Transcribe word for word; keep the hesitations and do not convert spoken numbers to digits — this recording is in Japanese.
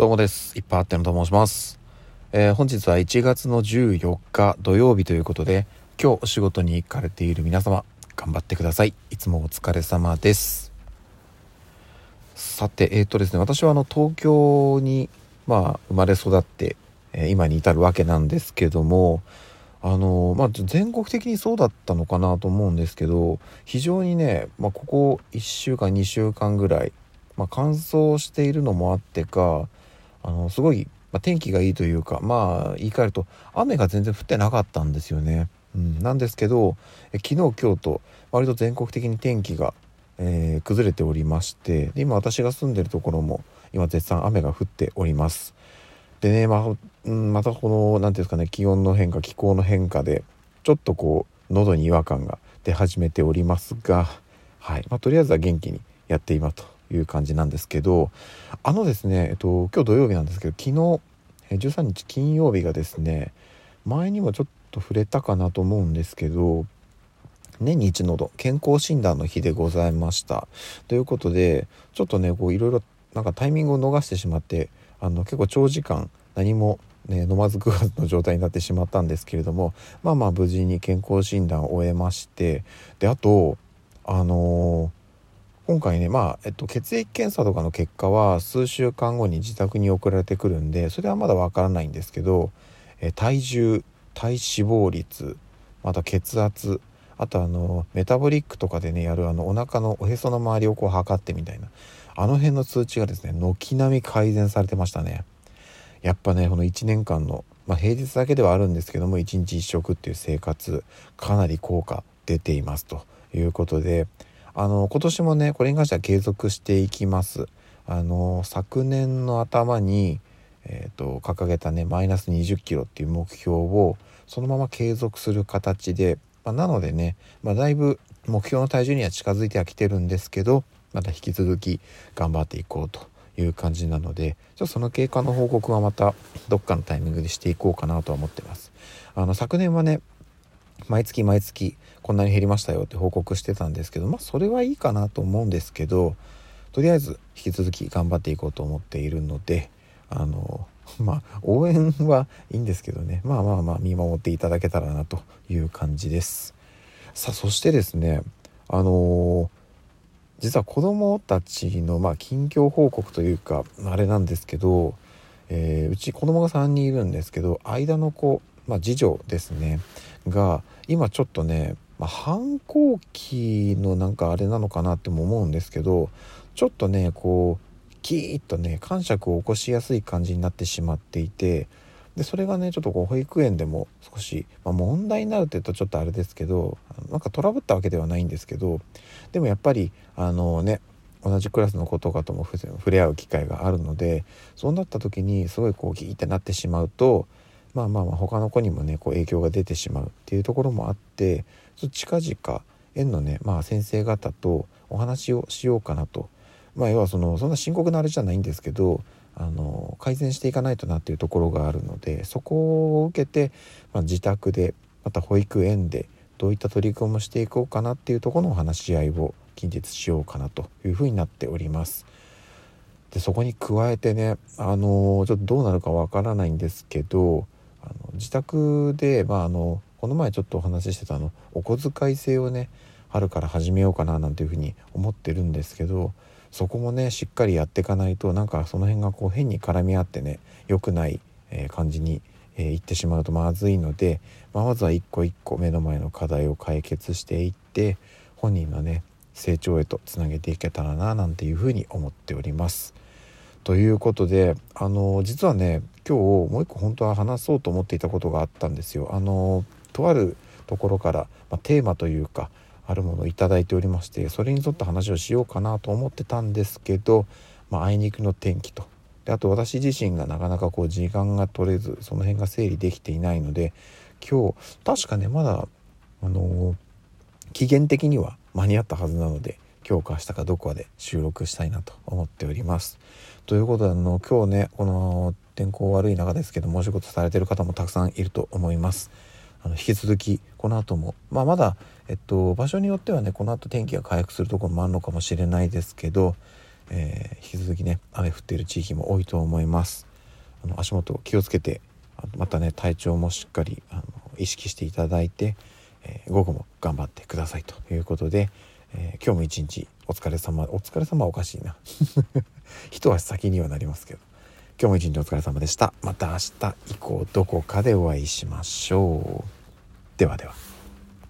どうもです。いっぱいあってのと申します、えー、本日はいちがつのじゅうよっか土曜日ということで、今日お仕事に行かれている皆様頑張ってください。いつもお疲れ様です。さてえー、っとですね私はあの東京にまあ生まれ育って、えー、今に至るわけなんですけども、あのまあ全国的にそうだったのかなと思うんですけど、非常にね、まあ、ここいっしゅうかんにしゅうかんぐらい、まあ、乾燥しているのもあってか、あのすごい、まあ、天気がいいというか、まあ言い換えると雨が全然降ってなかったんですよね。うん、なんですけどえ昨日今日と割と全国的に天気が、えー崩れておりまして、で今私が住んでるところも今絶賛雨が降っております。でね、まあ、うん、またこの何ていうんですかね、気温の変化気候の変化でちょっとこう喉に違和感が出始めておりますが、はい、まあ、とりあえずは元気にやって今という感じなんですけど、あのですね、えっと、今日土曜日なんですけど、昨日えじゅうさんにち金曜日がですね、前にもちょっと触れたかなと思うんですけど、年に一度健康診断の日でございましたということで、ちょっとねこういろいろなんかタイミングを逃してしまって、あの結構長時間何も、ね、飲まず食わずの状態になってしまったんですけれども、まあまあ無事に健康診断を終えまして、であとあのー今回ね、まあ、えっと、血液検査とかの結果は数週間後に自宅に送られてくるんで、それはまだわからないんですけど、え体重、体脂肪率、また血圧、あとあのメタボリックとかでねやるあのお腹のおへその周りをこう測ってみたいな、あの辺の数値がですね軒並み改善されてましたね。やっぱねこのいちねんかんの、まあ、平日だけではあるんですけどもいちにちいっ食っていう生活かなり効果出ていますということで、あの今年もねこれに関しては継続していきます。あの昨年の頭に、えー、と掲げたねマイナスにじゅっキロっていう目標をそのまま継続する形で、まあ、なのでね、まあ、だいぶ目標の体重には近づいてはきてるんですけど、また引き続き頑張っていこうという感じなので、ちょっとその経過の報告はまたどっかのタイミングでしていこうかなとは思ってます。あの昨年はね毎月毎月こんなに減りましたよって報告してたんですけど、まあそれはいいかなと思うんですけど、とりあえず引き続き頑張っていこうと思っているので、あのまあ応援はいいんですけどね、まあまあまあ見守っていただけたらなという感じです。さあそしてですね、あの実は子供たちのまあ近況報告というかあれなんですけど、えーうち子供がさんにんいるんですけど、間の子、まあ、次女ですねが今ちょっとね、まあ、反抗期のなんかあれなのかなっても思うんですけど、ちょっとねこうキーッとね癇癪を起こしやすい感じになってしまっていて、でそれがねちょっとこう保育園でも少し、まあ、問題になるって言うとちょっとあれですけど、なんかトラブったわけではないんですけど、でもやっぱりあのね同じクラスの子とかとも触れ合う機会があるので、そうなった時にすごいこうギーってなってしまうと、まあまあまあ他の子にもねこう影響が出てしまうっていうところもあって、近々園のね、まあ、先生方とお話をしようかなと。まあ要はそのそんな深刻なあれじゃないんですけど、あの改善していかないとなっていうところがあるので、そこを受けて、まあ、自宅でまた保育園でどういった取り組みをしていこうかなっていうところのお話し合いを近日しようかなというふうになっております。でそこに加えてね、あのちょっとどうなるかわからないんですけど、あの自宅で、まあ、あのこの前ちょっとお話ししてたあのお小遣い制をね春から始めようかななんていうふうに思ってるんですけど、そこもねしっかりやっていかないと、なんかその辺がこう変に絡み合ってね良くない、えー感じに、えー、いってしまうとまずいので、まあ、まずは一個一個目の前の課題を解決していって本人のね成長へとつなげていけたらななんていうふうに思っております。ということで、あの実はね今日もう一個本当は話そうと思っていたことがあったんですよ。あのとあるところから、まあ、テーマというかあるものをいただいておりまして、それに沿った話をしようかなと思ってたんですけど、まあ、あいにくの天気と、であと私自身がなかなかこう時間が取れずその辺が整理できていないので、今日確かねまだあの期限的には間に合ったはずなので、今日か明日かどこかで収録したいなと思っております。ということで、あの今日ねこの天候悪い中ですけどもお仕事されている方もたくさんいると思います。あの引き続きこの後も、まあ、まだ、えっと、場所によってはねこの後天気が回復するところもあるのかもしれないですけど、 えー、引き続きね雨降っている地域も多いと思います。あの足元気をつけて、またね体調もしっかりあの意識していただいて、えー、午後も頑張ってくださいということで、えー、今日も一日お疲れ様お疲れ様はおかしいな一足先にはなりますけど、今日も一日お疲れ様でした。また明日以降どこかでお会いしましょう。ではでは。